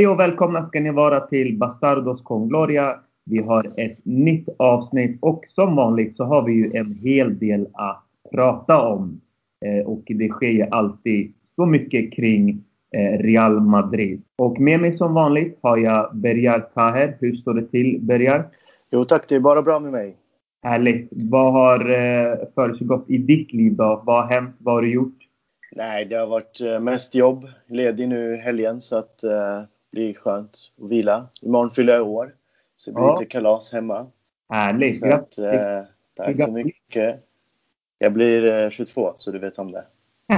och välkomna ska ni vara till Bastardos con Gloria. Vi har ett nytt avsnitt och som vanligt så har vi ju en hel del att prata om. Och det sker ju alltid så mycket kring Real Madrid. Och med mig som vanligt har jag Berjar Taher. Hur står det till, Berjar? Jo tack, det är bara bra med mig. Härligt. Vad har försiggått i ditt liv då? Vad har hänt? Vad har du gjort? Nej, det har varit mest jobb. Ledig nu helgen så att det blir skönt att vila. Imorgon fyller jag år. Så det blir lite kalas hemma. Härligt. Så att, tack så mycket. Jag blir 22 så du vet om det.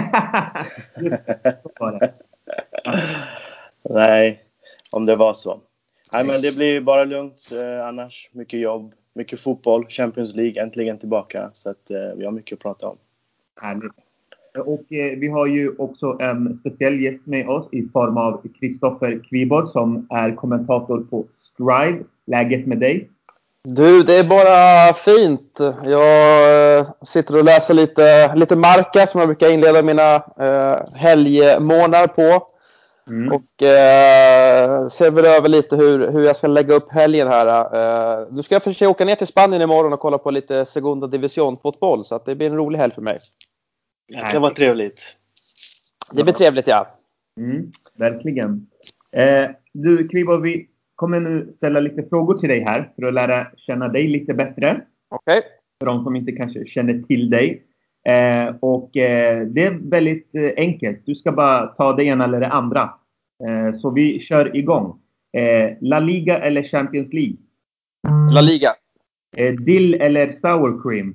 Nej, om det var så. Nej, men det blir bara lugnt annars. Mycket jobb, mycket fotboll. Champions League äntligen tillbaka. Så att vi har mycket att prata om. Härligt. Och vi har ju också en speciell gäst med oss i form av Kristoffer Kviborg som är kommentator på Strive. Läget med dig? Du, det är bara fint. Jag sitter och läser lite Marca som jag brukar inleda mina helgmånader på. Och ser väl över lite hur jag ska lägga upp helgen här. Nu ska jag försöka åka ner till Spanien imorgon och kolla på lite Segunda Division-fotboll. Så att det blir en rolig helg för mig. Det var trevligt. Det blir trevligt, ja. Verkligen. Du, Kviborg, vi kommer nu ställa lite frågor till dig här för att lära känna dig lite bättre. Okej. För de som inte kanske känner till dig. Det är väldigt enkelt. Du ska bara ta det ena eller det andra. Så vi kör igång. La Liga eller Champions League? La Liga. Dill eller sour cream?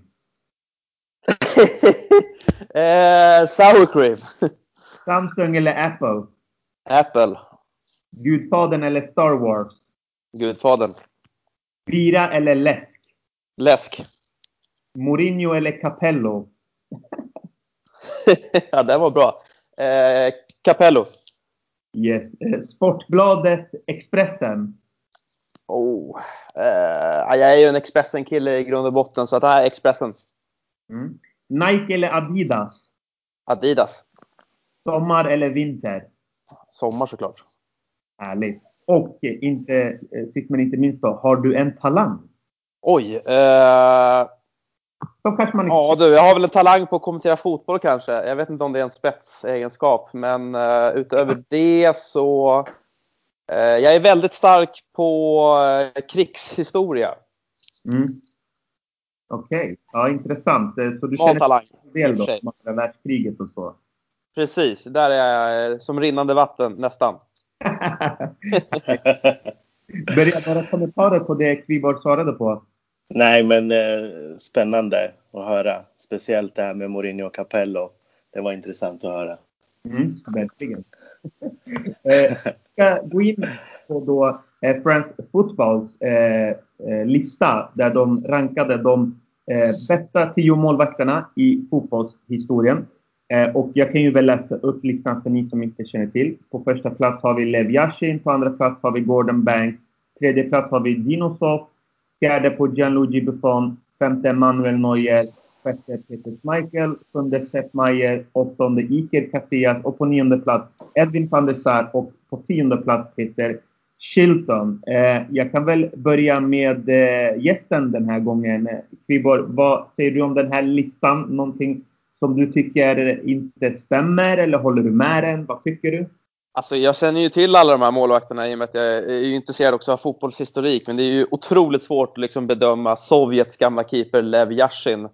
Sour cream. Samsung eller Apple? Apple. Gudfadern eller Star Wars? Gudfadern. Bira eller läsk? Läsk. Mourinho eller Capello? Ja, det var bra. Capello. Yes. Sportbladet Expressen? Jag är ju en Expressen-kille i grund och botten, så att det här är Expressen. Nike eller Adidas? Adidas. Sommar eller vinter? Sommar såklart. Härligt. Och sist men inte minst då, har du en talang? Oj. Så kanske man inte... Ja du, jag har väl en talang på att kommentera fotboll kanske. Jag vet inte om det är en spetsegenskap. Men utöver det så... jag är väldigt stark på krigshistoria. Okej. Ja, intressant. Så du känner talang. Del då, andra världskriget och så. Precis, där är jag som rinnande vatten nästan. Börja några kommentarer på det Kviborg svarade på. Nej, men spännande att höra. Speciellt det här med Mourinho och Capello. Det var intressant att höra. Verkligen. Jag ska gå in på då France Footballs lista där de rankade de bästa 10 målvakterna i fotbollshistorien. Och jag kan ju väl läsa upp listan för ni som inte känner till. På första plats har vi Lev Yashin. På andra plats har vi Gordon Banks. Tredje plats har vi Dinosoft. Fjärde på Gianluigi Buffon. Femte Manuel Neuer. Sjätte Peter Schmeichel. Sjunde Sepp Maier. Åttonde Iker Casillas. Och på nionde plats Edwin van der Sar. Och på 10:e plats Peter Shilton. Jag kan väl börja med gästen den här gången. Kviborg, vad säger du om den här listan? Någonting som du tycker inte stämmer, eller håller du med den? Vad tycker du? Alltså jag känner ju till alla de här målvakterna i och med att jag är ju intresserad också av fotbollshistorik. Men det är ju otroligt svårt att liksom bedöma Sovjets gamla keeper Lev Yashin.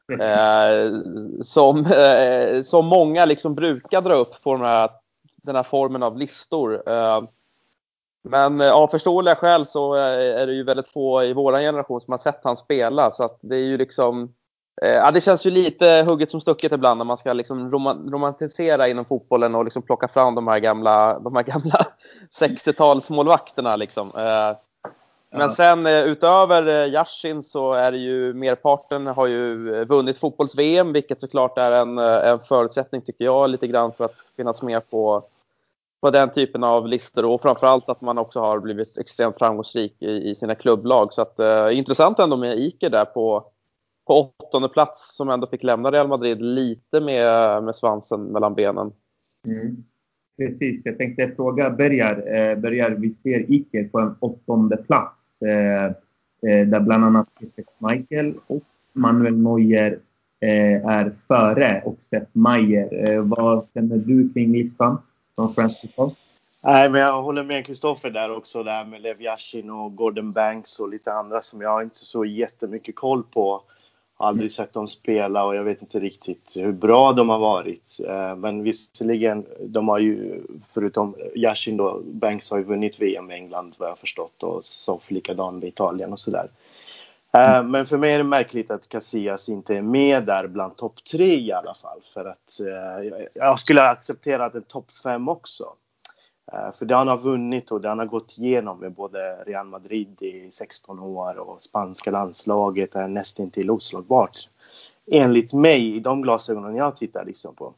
Som många liksom brukar dra upp på den här formen av listor. Men av förståeliga skäl så är det ju väldigt få i våran generation som har sett han spela. Så att det är ju liksom... det känns ju lite hugget som stucket ibland när man ska liksom romantisera inom fotbollen och liksom plocka fram de här gamla 60-talsmålvakterna liksom. Men sen utöver Yashin så är det ju merparten har ju vunnit fotbolls-VM, vilket såklart är en förutsättning tycker jag lite grann för att finnas med på den typen av listor, och framförallt att man också har blivit extremt framgångsrik i sina klubblag. Så att intressant ändå med Iker där på 8:e plats, som ändå fick lämna Real Madrid lite med svansen mellan benen. Precis, jag tänkte fråga Bergar, vi ser Iker på en 8:e plats. Där bland annat Michael och Manuel Neuer är före och Sepp Maier. Vad känner du kring listan från French Football? Nej, men jag håller med Kristoffer där också. Där med Lev Yashin och Gordon Banks och lite andra som jag inte så jättemycket koll på. Aldrig sett dem spela och jag vet inte riktigt hur bra de har varit. Men visserligen, de har ju, förutom Yashin då, Banks har ju vunnit VM i England vad jag har förstått. Och Soff likadan i Italien och sådär. Men för mig är det märkligt att Casillas inte är med där bland topp 3 i alla fall. För att jag skulle ha accepterat en topp 5 också. För det han har vunnit och det han har gått igenom med både Real Madrid i 16 år och spanska landslaget är nästan till oslagbart. Enligt mig, i de glasögonen jag tittar liksom på.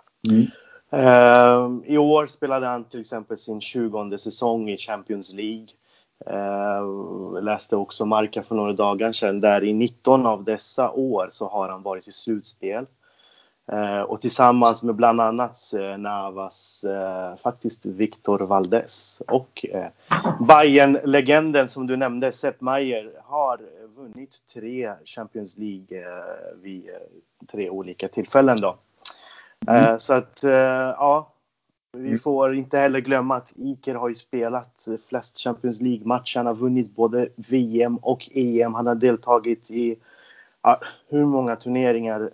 I år spelade han till exempel sin 20:e säsong i Champions League. Läste också Marca för några dagar sedan. Där i 19 av dessa år så har han varit i slutspel. Och tillsammans med bland annat Navas faktiskt Victor Valdés och Bayern-legenden som du nämnde Sepp Maier har vunnit 3 Champions League vid 3 olika tillfällen då. Så att ja, vi får inte heller glömma att Iker har ju spelat flest Champions League-matcher. Han har vunnit både VM och EM. Han har deltagit i hur många turneringar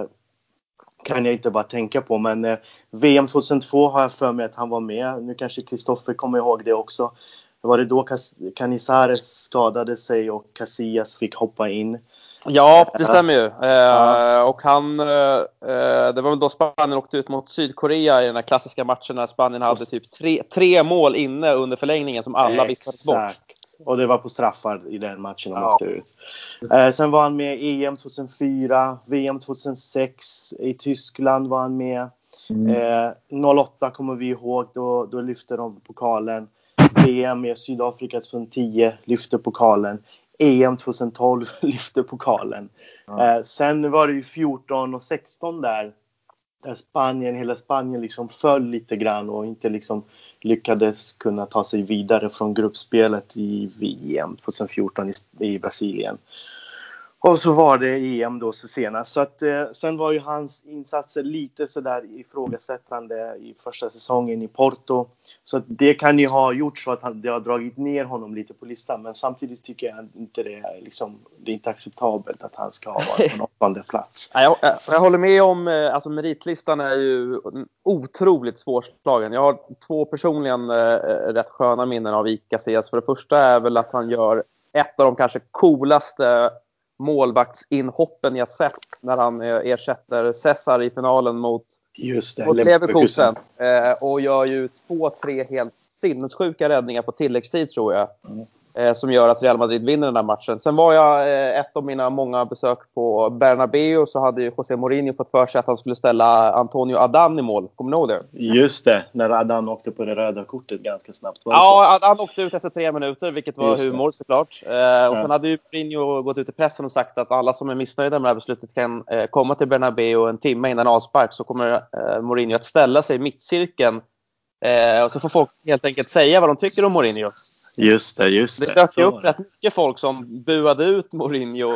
kan jag inte bara tänka på. Men VM 2002 har jag för mig att han var med. Nu kanske Kristoffer kommer ihåg det också. Var det då Canizares skadade sig och Casillas fick hoppa in? Ja, det stämmer ju. Och det var väl då Spanien åkte ut mot Sydkorea i den här klassiska matchen när Spanien hade typ tre mål inne under förlängningen som alla viftades bort. Och det var på straffar i den matchen de åkte ut. Sen var han med i EM 2004, VM 2006, i Tyskland var han med. 08 kommer vi ihåg, då lyfte de pokalen. VM i Sydafrika 2010 lyfte pokalen. EM 2012 lyfte pokalen. Sen var det ju 14 och 16 där hela Spanien liksom föll lite grann och inte liksom lyckades kunna ta sig vidare från gruppspelet i VM 2014 i Brasilien. Och så var det EM då så senast. Så att sen var ju hans insatser lite sådär ifrågasättande i första säsongen i Porto. Så att det kan ju ha gjort så att det har dragit ner honom lite på listan. Men samtidigt tycker jag inte det är liksom, det är inte acceptabelt att han ska ha varit på en 8:e plats. Jag håller med om, alltså meritlistan är ju otroligt svårslagen. Jag har 2 personligen rätt sköna minnen av Iker Casillas. För det första är väl att han gör ett av de kanske coolaste målvaktsinhoppen jag sett när han ersätter Cesar i finalen mot Leverkusen. Och gör ju 2-3 helt sinnessjuka räddningar på tilläggstid tror jag. Som gör att Real Madrid vinner den här matchen. Sen var jag ett av mina många besök på Bernabéu, så hade ju José Mourinho fått för sig att han skulle ställa Antonio Adan i mål. Kommer ni ihåg det? Just det, när Adan åkte på det röda kortet ganska snabbt. Adan åkte ut efter 3 minuter, vilket var humor såklart. Och sen hade ju Mourinho gått ut i pressen och sagt att alla som är missnöjda med det här beslutet kan komma till Bernabéu en timme innan avspark, så kommer Mourinho att ställa sig i mittcirkeln. Och så får folk helt enkelt säga vad de tycker om Mourinho. Just det. Det dök upp rätt mycket folk som buade ut Mourinho.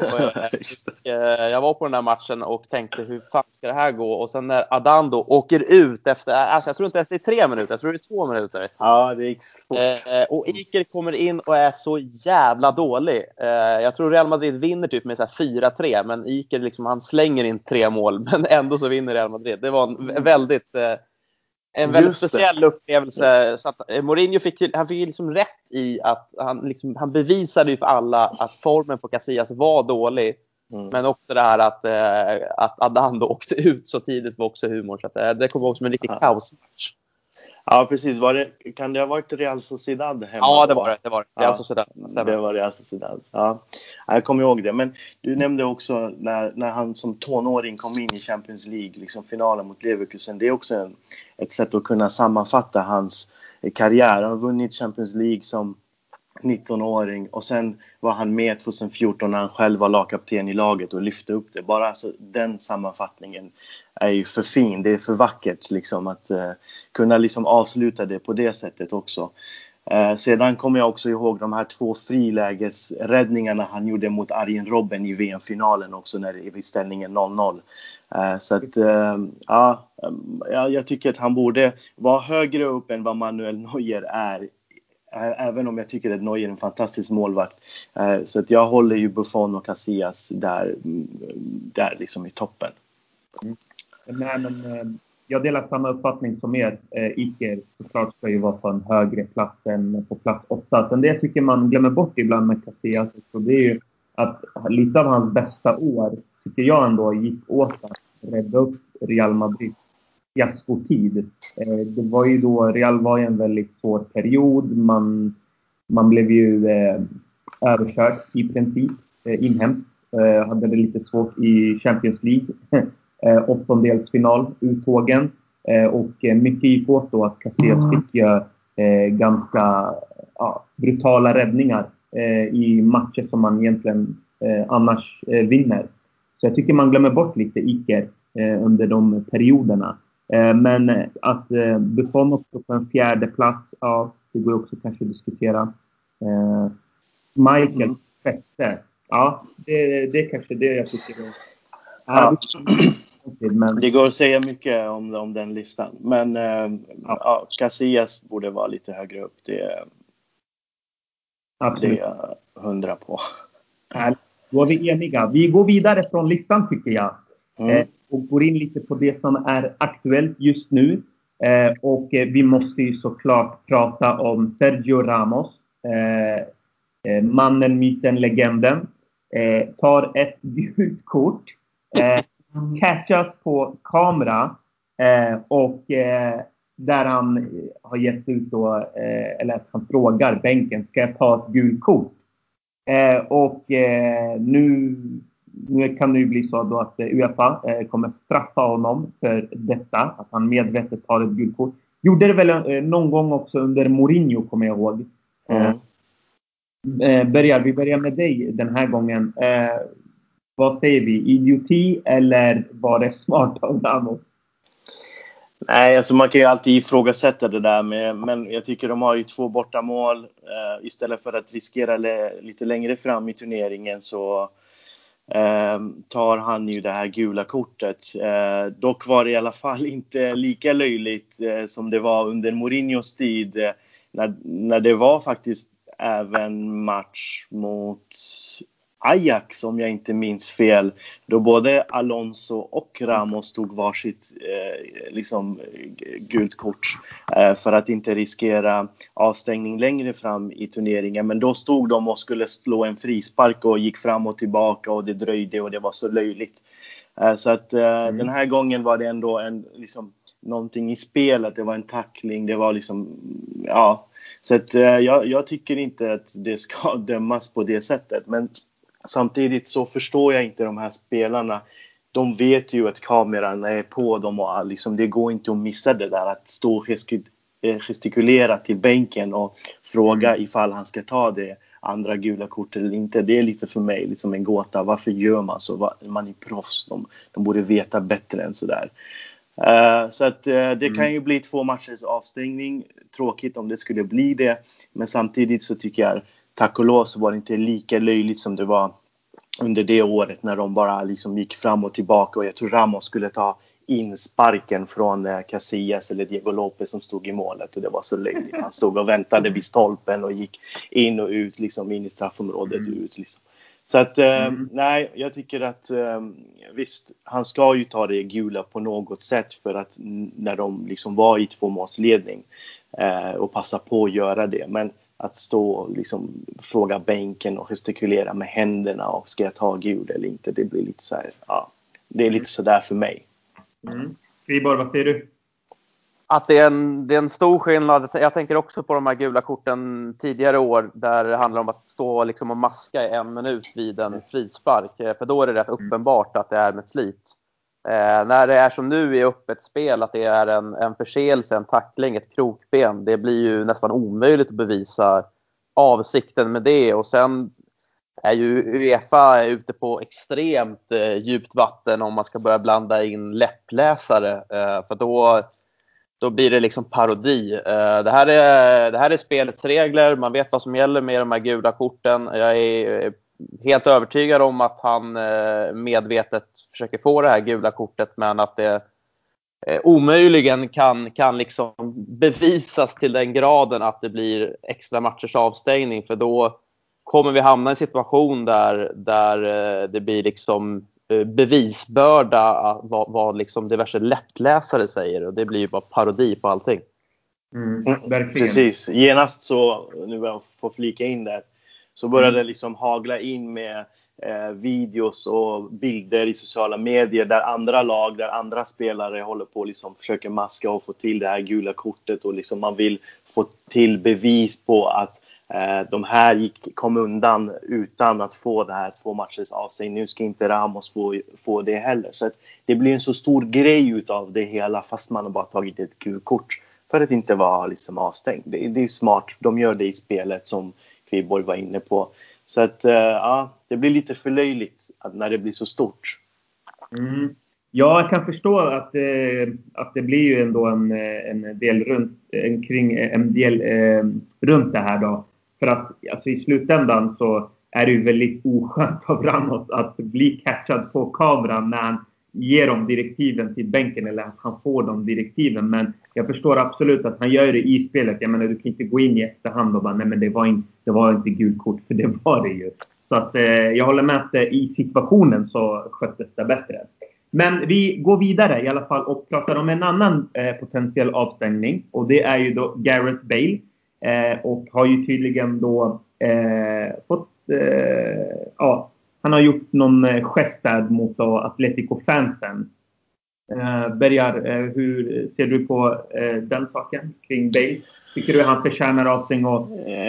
Jag var på den här matchen och tänkte, hur fan ska det här gå? Och sen när Adan då åker ut efter, alltså jag tror inte ens det är 3 minuter, jag tror det är 2 minuter. Ja, det gick fort. Och Iker kommer in och är så jävla dålig. Jag tror Real Madrid vinner typ med så här 4-3, men Iker liksom, han slänger in 3 mål, men ändå så vinner Real Madrid. Det var en väldigt speciell upplevelse. Så att Mourinho fick liksom rätt i att han bevisade ju för alla att formen på Casillas var dålig. Men också det här att Adan då åkte ut så tidigt var också humor. Så att det kom också som en riktig kaosmatch. Ja, precis. Kan det ha varit Real Sociedad hemma? Ja, det var det. Real Sociedad. Det var Real Sociedad. Ja, jag kommer ihåg det. Men du nämnde också när han som tonåring kom in i Champions League, liksom finalen mot Leverkusen. Det är också ett sätt att kunna sammanfatta hans karriär. Han har vunnit Champions League som 19-åring. Och sen var han med 2014 när han själv var lagkapten i laget och lyfte upp det. Bara alltså, den sammanfattningen är ju för fin. Det är för vackert liksom, att kunna liksom avsluta det på det sättet också. Sedan kommer jag också ihåg de här 2 frilägesräddningarna han gjorde mot Arjen Robben i VM-finalen också, när det är vid ställningen 0-0. Så att jag tycker att han borde vara högre upp än vad Manuel Neuer är. Även om jag tycker att Neuer är en fantastisk målvakt. Så att jag håller ju Buffon och Casillas där liksom i toppen. Nej, men jag delar samma uppfattning som er. Iker såklart ska ju vara på en högre plats än på plats 8. Sen det jag tycker man glömmer bort ibland med Casillas, så det är ju att lite av hans bästa år tycker jag ändå gick åt att rädda upp Real Madrid fiaskotid. Det var ju då Real var i en väldigt svår period. Man blev ju överkörd i princip inhemskt. Hade det lite svårt i Champions League. Åttondelsfinal uttågen. Och mycket gick åt då att Casillas fick göra ganska brutala räddningar i matcher som man egentligen annars vinner. Så jag tycker man glömmer bort lite Iker under de perioderna. Men att Buffon också på en 4:e plats, ja, det går också kanske att diskutera. Michael 6:e. Ja, det är kanske det jag tycker. Men det går att säga mycket om den listan. Men Casillas borde vara lite högre upp. Det är jag 100 på. Då är vi eniga. Vi går vidare från listan tycker jag. Och går in lite på det som är aktuellt just nu. Och vi måste ju såklart prata om Sergio Ramos. Mannen, myten, legenden. Tar ett gult kort. Catchas på kamera. Och där han har gett ut då, eller att han frågar bänken, ska jag ta ett gult kort? Och nu kan det ju bli så då att UEFA kommer straffa honom för detta, att han medvetet tar ett gult kort. Gjorde det väl någon gång också under Mourinho, kommer jag ihåg. Vi börjar med dig den här gången. Vad säger vi? Idioti eller var det smart av Ramos? Nej, alltså man kan ju alltid ifrågasätta det där men jag tycker de har ju 2 bortamål. Istället för att riskera lite längre fram i turneringen så tar han ju det här gula kortet. Dock var det i alla fall inte lika löjligt som det var under Mourinhos tid, när det var faktiskt även match mot Ajax, om jag inte minns fel, då både Alonso och Ramos tog varsitt gult kort för att inte riskera avstängning längre fram i turneringen. Men då stod de och skulle slå en frispark och gick fram och tillbaka och det dröjde och det var så löjligt. Så att den här gången var det ändå någonting i spelet. Det var en tackling, det var så att jag tycker inte att det ska dömas på det sättet. Men samtidigt så förstår jag inte de här spelarna. De vet ju att kameran är på dem och det går inte att missa det där. Att stå och gestikulera till bänken och fråga ifall han ska ta det andra gula kortet eller inte. Det är lite för mig en gåta. Varför gör man så? Man är proffs. De borde veta bättre än sådär. Så att det kan ju bli 2 matchers avstängning. Tråkigt om det skulle bli det. Men samtidigt så tycker jag, tack och lov, så var det inte lika löjligt som det var under det året när de bara gick fram och tillbaka. Och jag tror Ramos skulle ta in sparken från Casillas eller Diego Lopez som stod i målet. Och det var så löjligt. Han stod och väntade vid stolpen och gick in och ut, in i straffområdet ut. Så att nej, jag tycker att visst, han ska ju ta det gula på något sätt, för att när de var i 2-målsledning och passa på att göra det. Men att stå och fråga bänken och gestikulera med händerna och ska jag ta gul eller inte, det blir lite så här, det är lite så där för mig. Friborg, vad säger du? Att det är en stor skillnad. Jag tänker också på de här gula korten tidigare år där det handlar om att stå och maska i 1 minut vid en frispark. För då är det rätt uppenbart att det är med slit. När det är som nu i öppet spel, att det är en förseelse, en tackling, ett krokben, det blir ju nästan omöjligt att bevisa avsikten med det. Och sen är ju UEFA ute på extremt djupt vatten om man ska börja blanda in läppläsare. För då blir det liksom parodi. Det här är spelets regler. Man vet vad som gäller med de här gula korten. Jag är helt övertygad om att han medvetet försöker få det här gula kortet, men att det omöjligen kan liksom bevisas till den graden att det blir extra matchers avstängning. För då kommer vi hamna i en situation där det blir liksom bevisbörda vad liksom diverse lättläsare säger, och det blir ju bara parodi på allting. Verkligen. Precis, genast så, nu vill jag få flika in där, så började det liksom hagla in med videos och bilder i sociala medier där andra lag, där andra spelare håller på liksom försöker maska och få till det här gula kortet, och liksom man vill få till bevis på att de här kom undan utan att få det här 2 matchers avstängning. Nu ska inte Ramos få det heller. Så att det blir en så stor grej utav det hela, fast man har bara tagit ett gult kort för att inte vara liksom avstängd. Det är ju smart. De gör det i spelet, som Kviborg var inne på. Så att ja, det blir lite förlöjligt när det blir så stort. Ja, jag kan förstå att det blir ju ändå en del runt det här då. För att alltså, i slutändan så är det ju väldigt oskönt av Ramos att bli catchad på kameran när han ger dem direktiven till bänken, eller att han får de direktiven. Men jag förstår absolut att han gör det i spelet. Jag menar, du kan inte gå in i efterhand och bara, nej men det var inte gult kort, för det var det ju. Så att jag håller med att i situationen så sköttes det bättre. Men vi går vidare i alla fall och pratar om en annan potentiell avstängning. Och det är ju då Gareth Bale. Och har ju tydligen då fått... han har gjort någon gest där mot Atletico-fansen. Bergar, hur ser du på den saken kring Bale? Tycker du han förtjänar avstängning och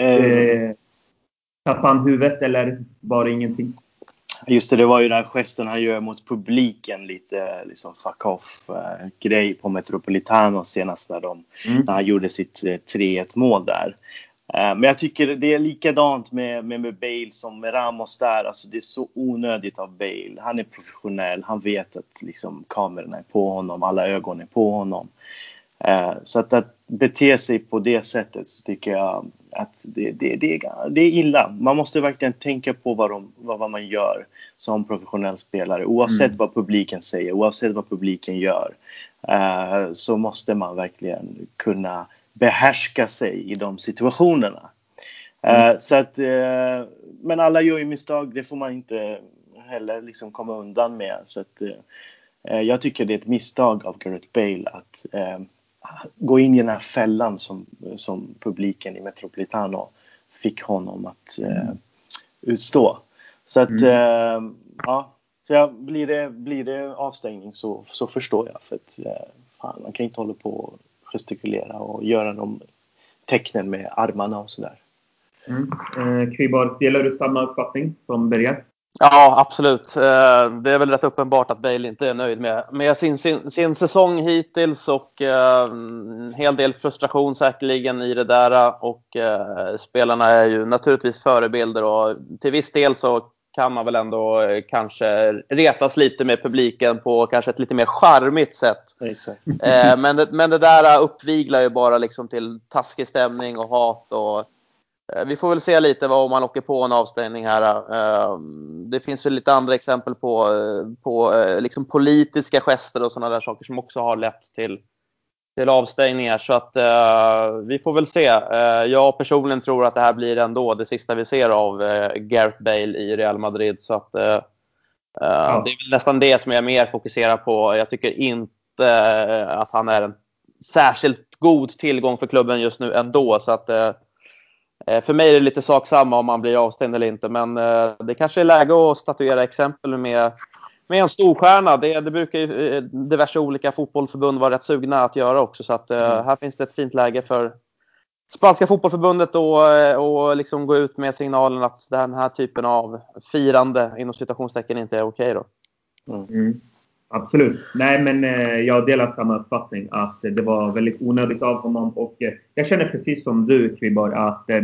tappar han huvudet, eller var det ingenting? Just det var ju den här gesten han gör mot publiken, lite liksom fuck off grej på Metropolitano senast när han gjorde sitt 3-1 mål där. Men jag tycker det är likadant med Bale som med Ramos där. Alltså det är så onödigt av Bale. Han är professionell, han vet att liksom kamerorna är på honom, alla ögon är på honom. Så att bete sig på det sättet, så tycker jag att det är illa. Man måste verkligen tänka på vad man gör som professionell spelare. Oavsett vad publiken säger, oavsett vad publiken gör, så måste man verkligen kunna behärska sig i de situationerna. Så att, men alla gör ju misstag, det får man inte heller liksom komma undan med. Så att, jag tycker det är ett misstag av Gareth Bale att gå in i den här fällan som publiken i Metropolitano fick honom att utstå. Så att så blir det avstängning så förstår jag, för att man kan inte hålla på och gestikulera och göra de tecknen med armarna och sådär. Kviborg, delar du samma uppfattning som Berger? Ja, absolut. Det är väl rätt uppenbart att Bale inte är nöjd med sin säsong hittills, och en hel del frustration säkerligen i det där, och spelarna är ju naturligtvis förebilder, och till viss del så kan man väl ändå kanske retas lite med publiken på kanske ett lite mer charmigt sätt. Exakt. Men det där uppviglar ju bara liksom till taskig stämning och hat, och vi får väl se lite om man åker på en avstängning här. Det finns väl lite andra exempel på liksom politiska gester och sådana där saker som också har lett till avstängningar. Så att vi får väl se. Jag personligen tror att det här blir ändå det sista vi ser av Gareth Bale i Real Madrid. Så att det är väl nästan det som jag mer fokuserar på. Jag tycker inte att han är en särskilt god tillgång för klubben just nu ändå. Så att för mig är det lite sak samma om man blir avstängd eller inte. Men det kanske är läge att statuera exempel med en storstjärna. Det brukar ju diverse olika fotbollsförbund vara rätt sugna att göra också. Så att här finns det ett fint läge för spanska fotbollsförbundet och liksom gå ut med signalen att den här typen av firande inom citationstecken inte är okej då. Absolut. Nej, men jag delar samma uppfattning att det var väldigt onödigt av honom, och jag känner precis som du, Kviborg, att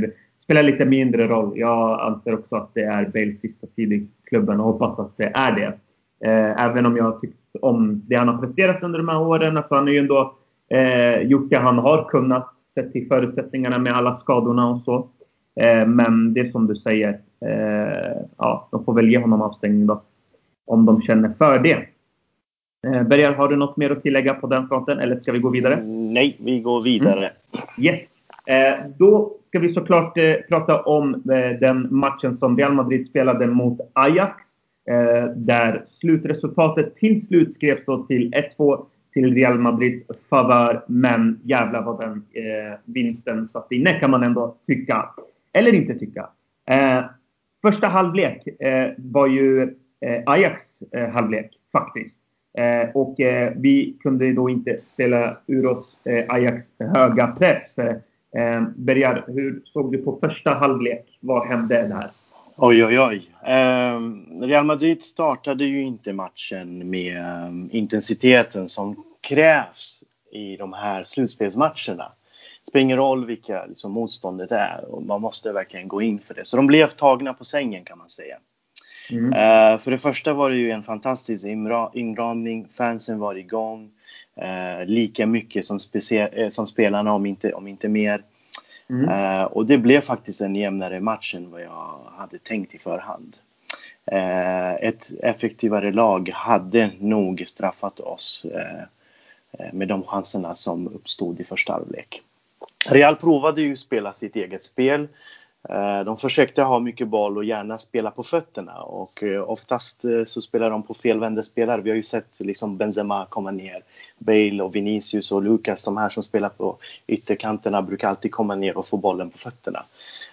spelar lite mindre roll. Jag anser också att det är Bales sista tid i klubben och hoppas att det är det. Även om jag tycker om det han har presterat under de här åren. Alltså han är ju ändå gjort det han har kunnat sett till förutsättningarna med alla skadorna och så. Men det som du säger, ja, de får väl ge honom avstängning då. Om de känner för det. Bergar, har du något mer att tillägga på den fronten? Eller ska vi gå vidare? Nej, vi går vidare. Yes. Då ska vi såklart prata om den matchen som Real Madrid spelade mot Ajax. Där slutresultatet till slut skrevs då till 1-2 till Real Madrids favör. Men jävlar vad den vinsten satt inne, kan man ändå tycka. Eller inte tycka. Första halvlek var ju Ajax halvlek faktiskt. Och vi kunde då inte spela ur oss Ajax höga press. Bergar, hur såg du på första halvlek? Vad hände där? Oj. Real Madrid startade ju inte matchen med intensiteten som krävs i de här slutspelsmatcherna. Det spelar ingen roll vilka liksom, motståndet är. Och man måste verkligen gå in för det. Så de blev tagna på sängen, kan man säga. För det första var det ju en fantastisk inramning. Fansen var igång. Lika mycket som spelarna, om inte mer. Och det blev faktiskt en jämnare match än vad jag hade tänkt i förhand. Ett effektivare lag hade nog straffat oss med de chanserna som uppstod i första halvlek. Real provade ju spela sitt eget spel. De försökte ha mycket boll och gärna spela på fötterna. Och oftast så spelar de på felvända spelare. Vi har ju sett liksom Benzema komma ner. Bale och Vinicius och Lucas, de här som spelar på ytterkanterna, brukar alltid komma ner och få bollen på fötterna.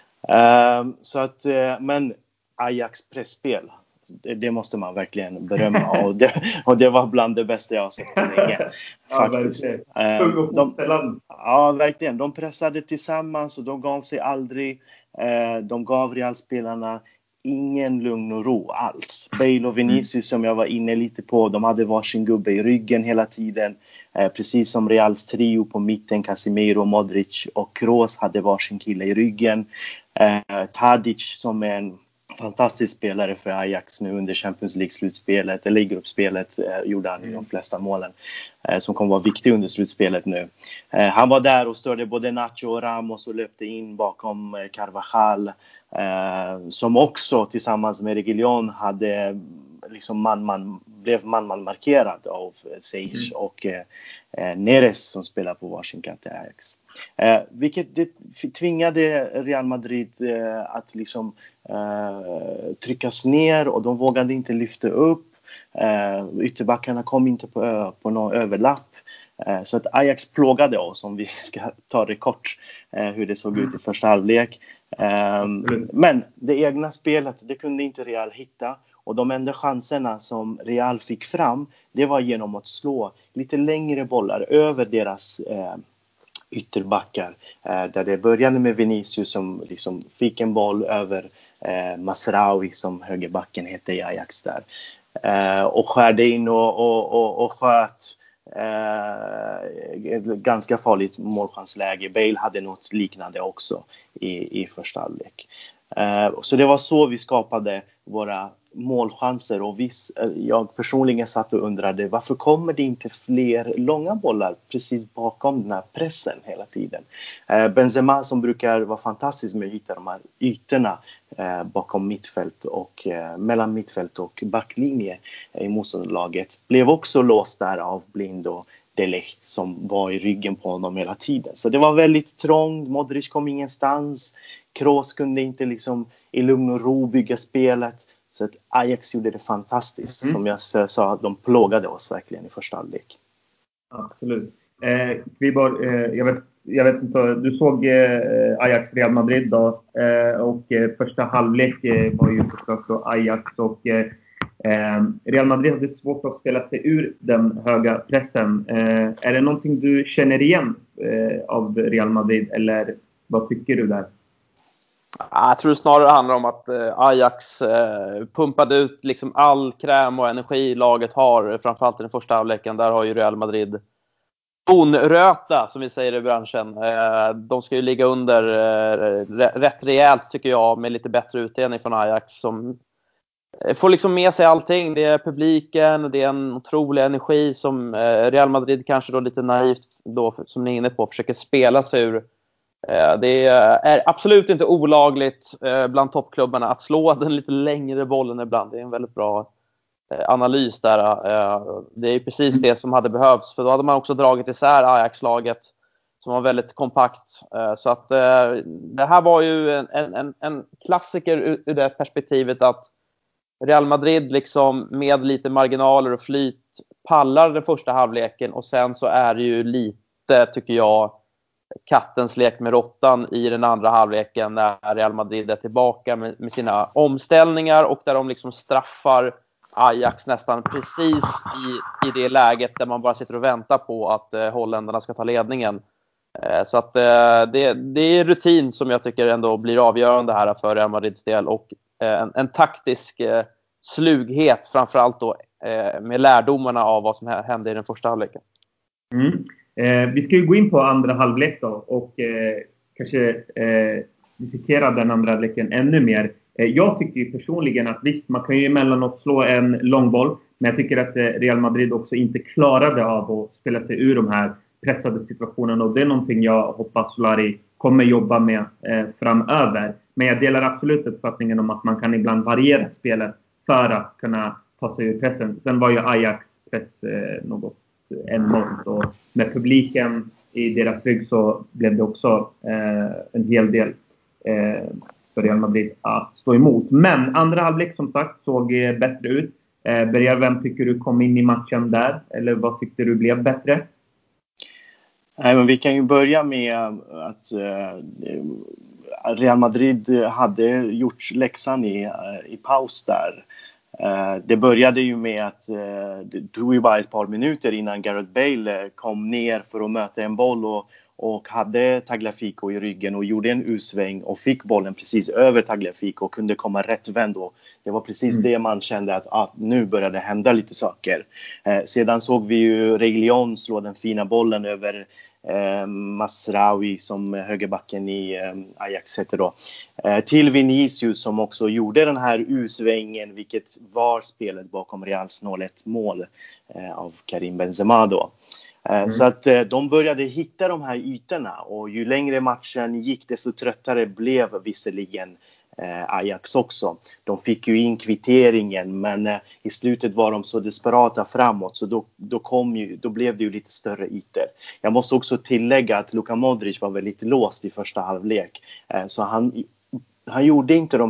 Men Ajax pressspel, det måste man verkligen berömma. Och det var bland det bästa jag har sett på länge. Faktiskt. Verkligen. De pressade tillsammans och de gav sig aldrig. De gav Real-spelarna ingen lugn och ro alls. Bale och Vinicius, som jag var inne lite på, de hade varsin gubbe i ryggen hela tiden. Precis som Reals trio på mitten, Casemiro, Modric och Kroos hade varsin kille i ryggen. Tadic, som är en fantastisk spelare för Ajax nu under Champions League-slutspelet, eller i gruppspelet, gjorde han de flesta målen som kommer vara viktig under slutspelet nu. Han var där och störde både Nacho och Ramos och löpte in bakom Carvajal, som också tillsammans med Reguilón hade liksom blev man markerad av Seix och Neres, som spelar på varsin kant i Ajax. Vilket det tvingade Real Madrid att liksom tryckas ner, och de vågade inte lyfta upp. Ytterbackarna kom inte på någon överlapp. Så att Ajax plågade oss, om vi ska ta det kort, hur det såg ut i första halvlek. Men det egna spelet, det kunde inte Real hitta. Och de enda chanserna som Real fick fram, det var genom att slå lite längre bollar över deras ytterbackar. Där det började med Vinicius, som liksom fick en boll över Masraoui, som högerbacken heter i Ajax där. Och skärde in och sköt ett ganska farligt målchansläge. Bale hade något liknande också i första halvlek. Så det var så vi skapade våra målchanser, och jag personligen satt och undrade, varför kommer det inte fler långa bollar precis bakom den här pressen hela tiden. Benzema, som brukar vara fantastisk med att hitta de här ytorna bakom mittfält och mellan mittfält och backlinje i motståndarlaget, blev också låst där av Blind och De Ligt, som var i ryggen på honom hela tiden. Så det var väldigt trångt. Modric kom ingenstans. Kroos kunde inte liksom i lugn och ro bygga spelet. Så att Ajax gjorde det fantastiskt. Som jag sa, de plågade oss verkligen i första halvlek. Absolut. Jag vet inte, du såg Ajax Real Madrid då, och första halvlek var ju såklart Ajax, och Real Madrid hade svårt att spela sig ur den höga pressen. Är det någonting du känner igen av Real Madrid, eller vad tycker du där? Jag tror det snarare handlar om att Ajax pumpade ut liksom all kräm och energi laget har, framförallt i den första halvleken. Där har ju Real Madrid onröta som vi säger i branschen. De ska ju ligga under rätt rejält tycker jag, med lite bättre utdelning från Ajax som får liksom med sig allting. Det är publiken, det är en otrolig energi som Real Madrid kanske då lite naivt då, som ni är inne på, försöker spela sig ur. Det är absolut inte olagligt bland toppklubbarna att slå den lite längre bollen ibland. Det är en väldigt bra analys där. Det är precis det som hade behövts, för då hade man också dragit isär Ajax-laget som var väldigt kompakt. Så att det här var ju en klassiker ur det perspektivet att Real Madrid liksom med lite marginaler och flyt pallar den första halvleken, och sen så är det ju lite, tycker jag, kattens lek med råttan i den andra halvleken när Real Madrid är tillbaka med sina omställningar och där de liksom straffar Ajax nästan precis i det läget där man bara sitter och väntar på att holländarna ska ta ledningen. Så att det är rutin som jag tycker ändå blir avgörande här för Real Madrids del, och en taktisk slughet framförallt då med lärdomarna av vad som hände i den första halvleken. Vi ska ju gå in på andra halvlek då och kanske dissekera den andra halvleken ännu mer. Jag tycker ju personligen att visst, man kan ju emellanåt slå en långboll, men jag tycker att Real Madrid också inte klarade av att spela sig ur de här pressade situationerna, och det är någonting jag hoppas Solari kommer jobba med framöver. Men jag delar absolut uppfattningen om att man kan ibland variera spelet för att kunna ta sig ur pressen. Sen var ju Ajax press något enormt, och med publiken i deras rygg så blev det också en hel del för Real Madrid att stå emot. Men andra halvlek som sagt såg bättre ut. Berger, vem tycker du kom in i matchen där? Eller vad tyckte du blev bättre? Nej, men vi kan ju börja med att Real Madrid hade gjort läxan i paus där. Det började ju med att det tog ju bara ett par minuter innan Gareth Bale kom ner för att möta en boll och hade Tagliafico i ryggen och gjorde en U-sväng och fick bollen precis över Tagliafico och kunde komma rätt vänd då. Det var precis det man kände att nu började hända lite saker. Sedan såg vi ju Reguilón slå den fina bollen över Masraoui som högerbacken i Ajax heter då, till Vinicius som också gjorde den här U-svängen, vilket var spelet bakom Reals 0-1 mål av Karim Benzema då. Så att de började hitta de här ytorna, och ju längre matchen gick desto tröttare blev visserligen Ajax också. De fick ju in kvitteringen, men i slutet var de så desperata framåt, så då blev det ju lite större ytor. Jag måste också tillägga att Luka Modric var väldigt låst i första halvlek, så han gjorde inte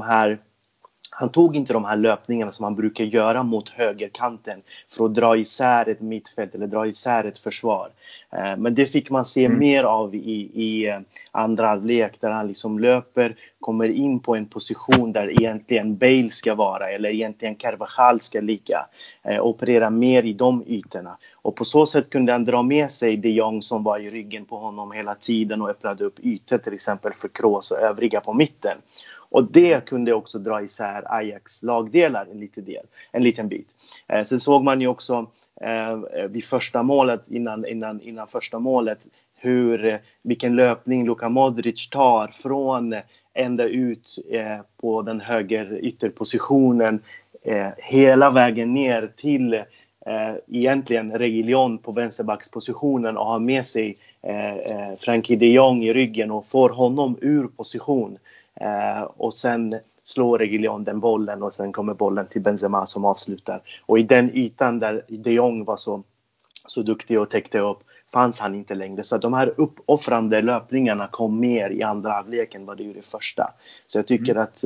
han tog inte de här löpningarna som han brukar göra mot högerkanten för att dra isär ett mittfält eller dra isär ett försvar. Men det fick man se mer av i andra halvlek, där han liksom löper, kommer in på en position där egentligen Bale ska vara, eller egentligen Carvajal ska ligga. Operera mer i de ytorna. Och på så sätt kunde han dra med sig De Jong som var i ryggen på honom hela tiden och öppnade upp ytor till exempel för Kroos och övriga på mitten. Och det kunde också dra isär Ajax lagdelar en liten bit. Sen såg man ju också vid första målet, innan första målet, vilken löpning Luka Modric tar från ända ut på den höger ytterpositionen hela vägen ner till egentligen Reguilón på vänsterbackspositionen, och har med sig Frankie de Jong i ryggen och får honom ur position. Och sen slår Reguilón den bollen, och sen kommer bollen till Benzema som avslutar. Och i den ytan där De Jong var så duktig och täckte upp, fanns han inte längre. Så att de här uppoffrande löpningarna kom mer i andra halvleken vad det gjorde i första. Så jag tycker att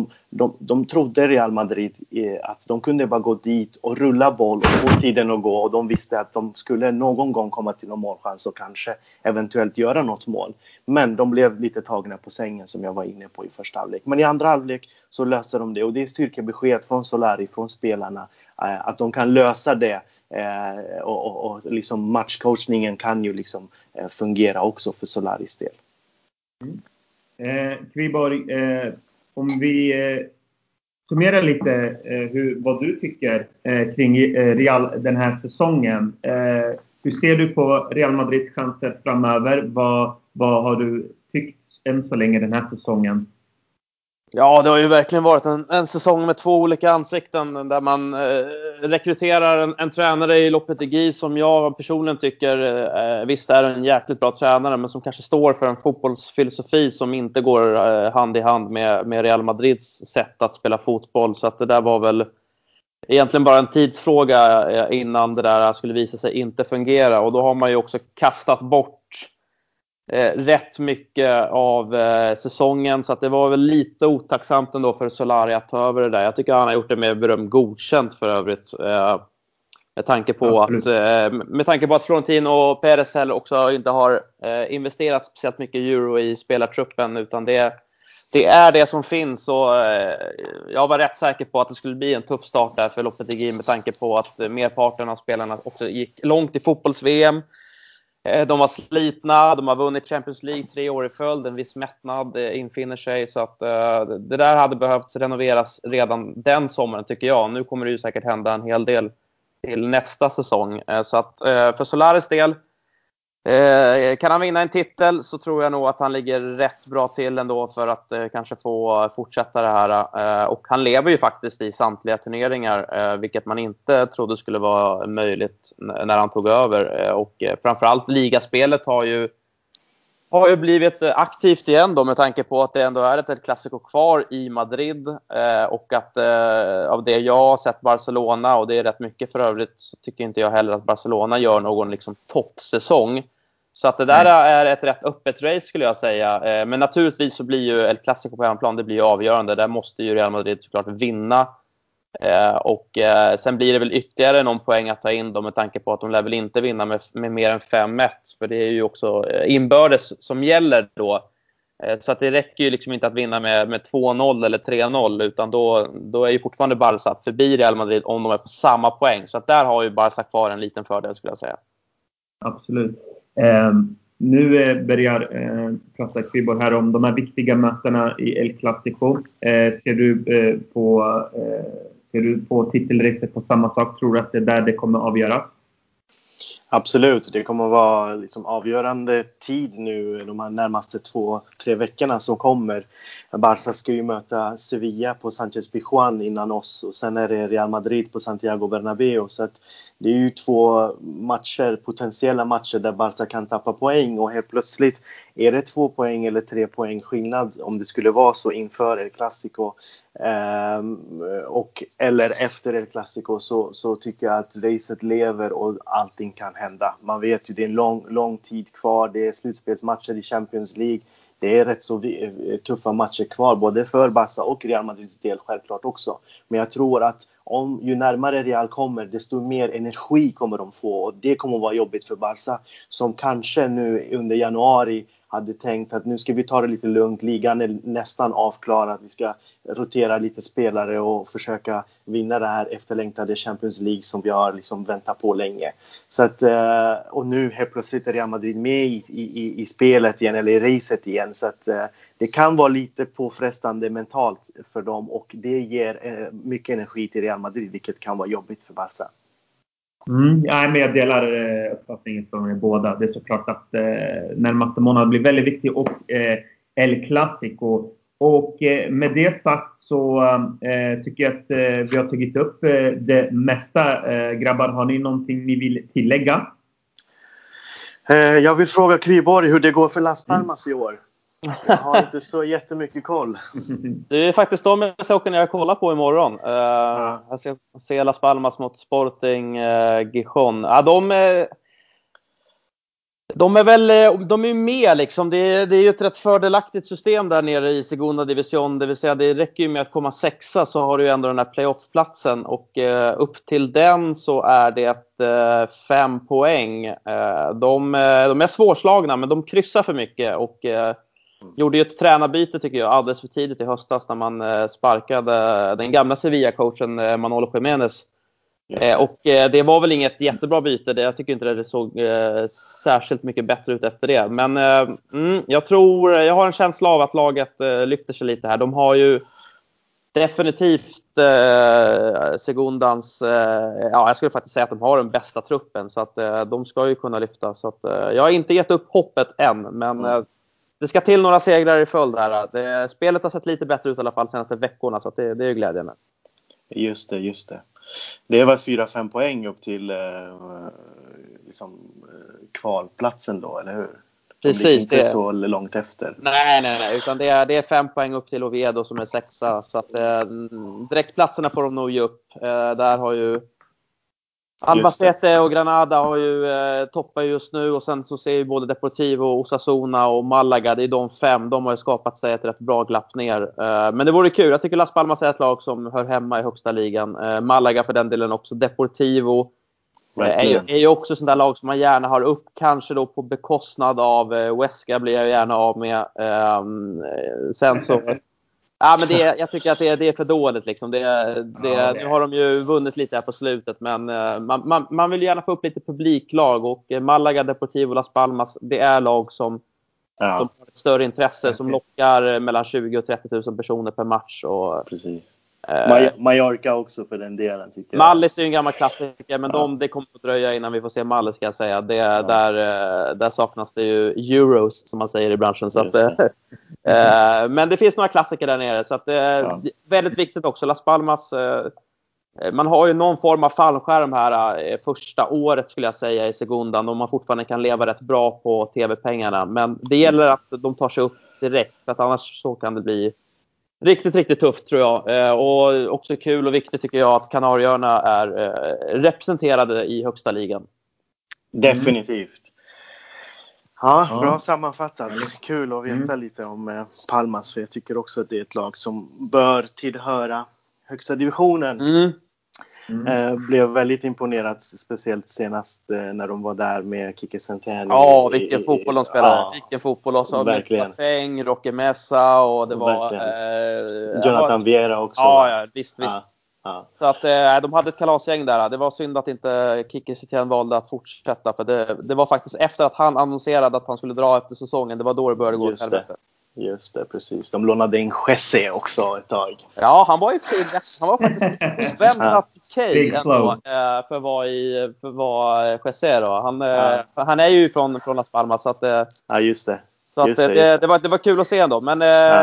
de trodde Real Madrid att de kunde bara gå dit och rulla boll och få tiden att gå. Och de visste att de skulle någon gång komma till någon målchans och kanske eventuellt göra något mål. Men de blev lite tagna på sängen, som jag var inne på i första halvlek. Men i andra halvlek så löste de det. Och det är styrkebesked från Solari, från spelarna, att de kan lösa det. Och liksom matchcoachningen kan ju liksom fungera också för Solaris del. Kviborg, om vi summerar lite vad du tycker kring Real den här säsongen. Hur ser du på Real Madrids chanser framöver? Vad har du tyckt än så länge den här säsongen? Ja, det har ju verkligen varit en säsong med två olika ansikten där man rekryterar en tränare i Lopetegui som jag personligen tycker visst är en jäkligt bra tränare, men som kanske står för en fotbollsfilosofi som inte går hand i hand med Real Madrids sätt att spela fotboll. Så att det där var väl egentligen bara en tidsfråga innan det där skulle visa sig inte fungera. Och då har man ju också kastat bort rätt mycket av säsongen, så att det var väl lite otacksamt ändå för Solari att ta över det där. Jag tycker han har gjort det med beröm godkänt för övrigt, med tanke på att Florentino och Perez också inte har investerat speciellt mycket euro i spelartruppen, utan det är det som finns. Och jag var rätt säker på att det skulle bli en tuff start där för Lopetegui, med tanke på att merparten av spelarna också gick långt i fotbolls-VM. De var slitna, de har vunnit Champions League 3 år i följd, en viss mättnad infinner sig, så att det där hade behövt renoveras redan den sommaren, tycker jag. Nu kommer det ju säkert hända en hel del till nästa säsong, så att för Solaris del, kan han vinna en titel så tror jag nog att han ligger rätt bra till ändå för att kanske få fortsätta det här. Och han lever ju faktiskt i samtliga turneringar, vilket man inte trodde skulle vara möjligt när han tog över. Och framförallt ligaspelet har ju blivit aktivt igen då, med tanke på att det ändå är ett Clasico kvar i Madrid, och att av det jag har sett Barcelona, och det är rätt mycket för övrigt, så tycker inte jag heller att Barcelona gör någon liksom toppsäsong. Så att det där är ett rätt öppet race, skulle jag säga. Men naturligtvis så blir ju El Clasico på hemmaplan, det blir ju avgörande. Där måste ju Real Madrid såklart vinna. Och sen blir det väl ytterligare någon poäng att ta in då, med tanke på att de lär väl inte vinna med mer än 5-1. För det är ju också inbördes som gäller då. Så att det räcker ju liksom inte att vinna med 2-0 eller 3-0, utan då är ju fortfarande Barca förbi Real Madrid om de är på samma poäng. Så att där har ju Barca kvar en liten fördel, skulle jag säga. Absolut. Nu börjar prata Kviborg här om de här viktiga mötena i El Clasico. Ser du på titelracet på samma sak? Tror du att det är där det kommer avgöras? Absolut, det kommer att vara liksom avgörande tid nu de här närmaste 2-3 veckorna som kommer. Barca ska ju möta Sevilla på Sánchez Pizjuán innan oss, och sen är det Real Madrid på Santiago Bernabéu. Så att det är ju 2 potentiella matcher där Barca kan tappa poäng, och helt plötsligt är det 2 poäng eller 3 poäng skillnad om det skulle vara så inför El Clasico. Eller efter El Clasico, så tycker jag att racet lever och allting kan hända. Man vet ju, det är en lång tid kvar, det är slutspelsmatcher i Champions League, det är rätt så tuffa matcher kvar, både för Barca och Real Madrids del självklart också. Men jag tror att ju närmare Real kommer, desto mer energi kommer de få, och det kommer att vara jobbigt för Barca, som kanske nu under januari hade tänkt att nu ska vi ta det lite lugnt, ligan är nästan avklarad, vi ska rotera lite spelare och försöka vinna det här efterlängtade Champions League som vi har liksom väntat på länge. Så att, och nu helt plötsligt är Real Madrid med i spelet igen, eller i racet igen, så att det kan vara lite påfrestande mentalt för dem, och det ger mycket energi till Real Madrid, vilket kan vara jobbigt för Barca. Ja, men jag delar uppfattningen från båda. Det är såklart att närmaste månad blir väldigt viktig, och El Clasico. Och med det sagt så tycker jag att vi har tagit upp det mesta. Grabbar, har ni någonting ni vill tillägga? Jag vill fråga Kviborg hur det går för Las Palmas i år. Jag har inte så jättemycket koll. Det är faktiskt de sakerna jag kollar på imorgon. Jag ska se Las Palmas mot Sporting Gijón. Ja, de är med liksom. Det är ju ett rätt fördelaktigt system där nere i Segunda Division. Det vill säga, det räcker ju med att komma 6:a, så har du ju ändå den här playoff-platsen. Och upp till den så är det 5 poäng. De är svårslagna, men de kryssar för mycket. Och gjorde ju ett tränarbyte, tycker jag, alldeles för tidigt i höstas när man sparkade den gamla Sevilla-coachen Manolo Jiménez. Och det var väl inget jättebra byte. Jag tycker inte det såg särskilt mycket bättre ut efter det. Men jag har en känsla av att laget lyfter sig lite här. De har ju definitivt Segundans, jag skulle faktiskt säga att de har den bästa truppen, så att de ska ju kunna lyfta. Så att, jag har inte gett upp hoppet än, men det ska till några segrar i följd här. Spelet har sett lite bättre ut i alla fall senaste veckorna, så att det är ju glädjande. Just det. Det var 4-5 poäng upp till kvalplatsen då, eller hur? Precis, inte så långt efter. Nej, utan det är 5 poäng upp till Oviedo som är 6:a, så att direktplatserna får de nog ge upp. Där har ju Albacete och Granada har ju toppar just nu, och sen så ser ju både Deportivo, Osasuna och Malaga, det är de 5, de har ju skapat sig ett rätt bra glapp ner. Men det vore kul, jag tycker Las Palmas är ett lag som hör hemma i högsta ligan. Malaga för den delen också, Deportivo är ju också sånt där lag som man gärna har upp, kanske då på bekostnad av Huesca blir jag gärna av med. Sen så men jag tycker att det är för dåligt liksom. Nu har de ju vunnit lite här på slutet, men man vill gärna få upp lite publiklag, och Malaga, Deportivo, Las Palmas, det är lag som har ett större intresse, som lockar mellan 20 och 30 000 personer per match. Och precis. Mallorca också för den delen, tycker jag. Mallis är ju en gammal klassiker, men det kommer att dröja innan vi får se Mallis, ska jag säga. Där saknas det ju euros, som man säger i branschen. Så att, men det finns några klassiker där nere, så att det är väldigt viktigt också. Las Palmas, man har ju någon form av fallskärm här första året, skulle jag säga, i Segundan, och man fortfarande kan leva rätt bra på tv-pengarna. Men det gäller att de tar sig upp direkt, för att annars så kan det bli riktigt tufft, tror jag. Och också kul och viktigt tycker jag att Kanarieöarna är representerade i högsta ligan. Definitivt. Ja, bra sammanfattat. Kul att veta lite om Palmas, för jag tycker också att det är ett lag som bör tillhöra högsta divisionen. Blev väldigt imponerad, speciellt senast när de var där med Kike Centeno. Vilken fotboll de spelade. Vilken fotboll. Och så verkligen. Fäng, Roque Mesa, och det var Jonathan Viera också. Visst. Så att de hade ett kalasgäng där. Det var synd att inte Kike Centeno valde att fortsätta, för det var faktiskt efter att han annonserade att han skulle dra efter säsongen. Det var då det började gå åt helvete. Just det, precis. De lånade in Jesse också ett tag. Ja, han var ju fin. Han var faktiskt oväntat okej ändå, för att vara Jesse då. Han är ju från Las Palmas, så att just det. Så att det var kul att se ändå. Men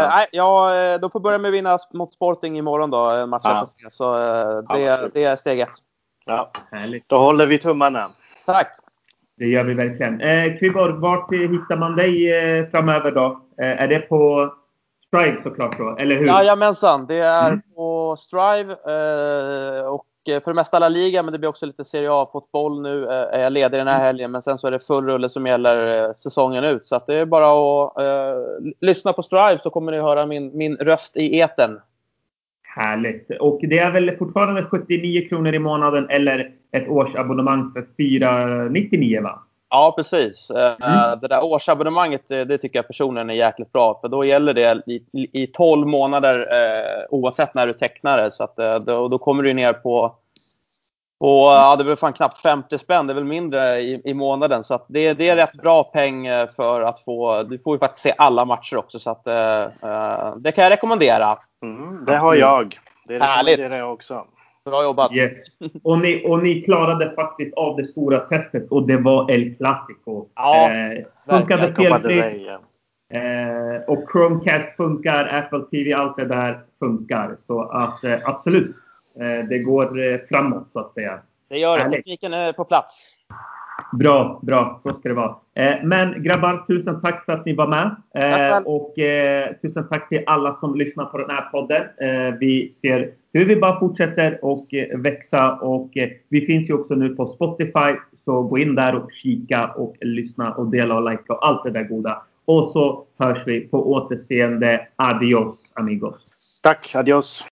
då får börja med att vinna mot Sporting imorgon då, en match. Så det är steg 1. Ja, då håller vi tummarna. Tack. Det gör vi verkligen. Kviborg, vart hittar man dig framöver då? Är det på Strive såklart då, eller hur? Jajamensan, det är på Strive och för det mesta alla liga, men det blir också lite Serie A-fotboll nu. Är jag ledig den här helgen, men sen så är det full rulle som gäller säsongen ut. Så att det är bara att lyssna på Strive, så kommer ni höra min röst i etern. Härligt. Och det är väl fortfarande 79 kronor i månaden eller ett årsabonnemang för 499, va? Ja, precis. Det där årsabonnemanget, det tycker jag personligen är jäkligt bra. För då gäller det i 12 månader oavsett när du tecknar det. Så att då kommer du ner på det är väl fan knappt 50 spänn. Det är väl mindre i månaden. Så att det är rätt bra peng för att du får ju faktiskt se alla matcher också. Så att det kan jag rekommendera. Det har jag. Det härligt. Det också. Bra jobbat. Yes. Och ni klarade faktiskt av det stora testet, och det var El Clasico. Ja, funkade felfritt. Och Chromecast funkar, Apple TV, allt det där funkar. Så att absolut, det går framåt så att säga. Det gör det. Tekniken är på plats. Bra. Så ska det vara. Men grabbar, tusen tack för att ni var med. Och tusen tack till alla som lyssnar på den här podden. Vi ser hur vi bara fortsätter och växa. Och vi finns ju också nu på Spotify. Så gå in där och kika och lyssna och dela och likea och allt det där goda. Och så hörs vi på återseende. Adios, amigos. Tack, adios.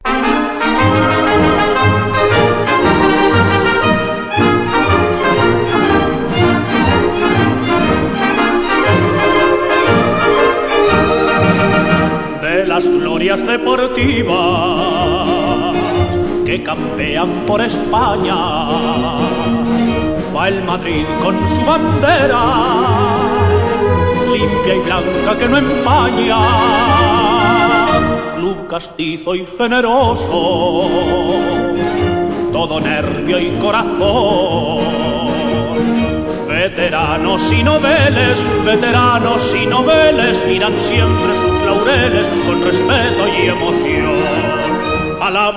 De las glorias deportivas que campean por España, va el Madrid con su bandera, limpia y blanca que no empaña. club castizo y generoso, todo nervio y corazón. Veteranos y noveles miran siempre sus laureles con respeto y emoción. A la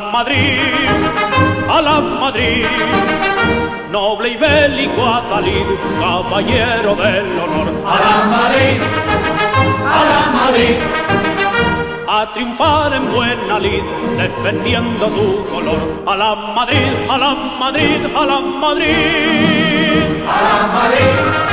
Madrid, noble y bélico Adalid, caballero del honor. A la Madrid, a triunfar en buena lid, defendiendo tu color. A la Madrid, a la Madrid, a la Madrid, a la Madrid.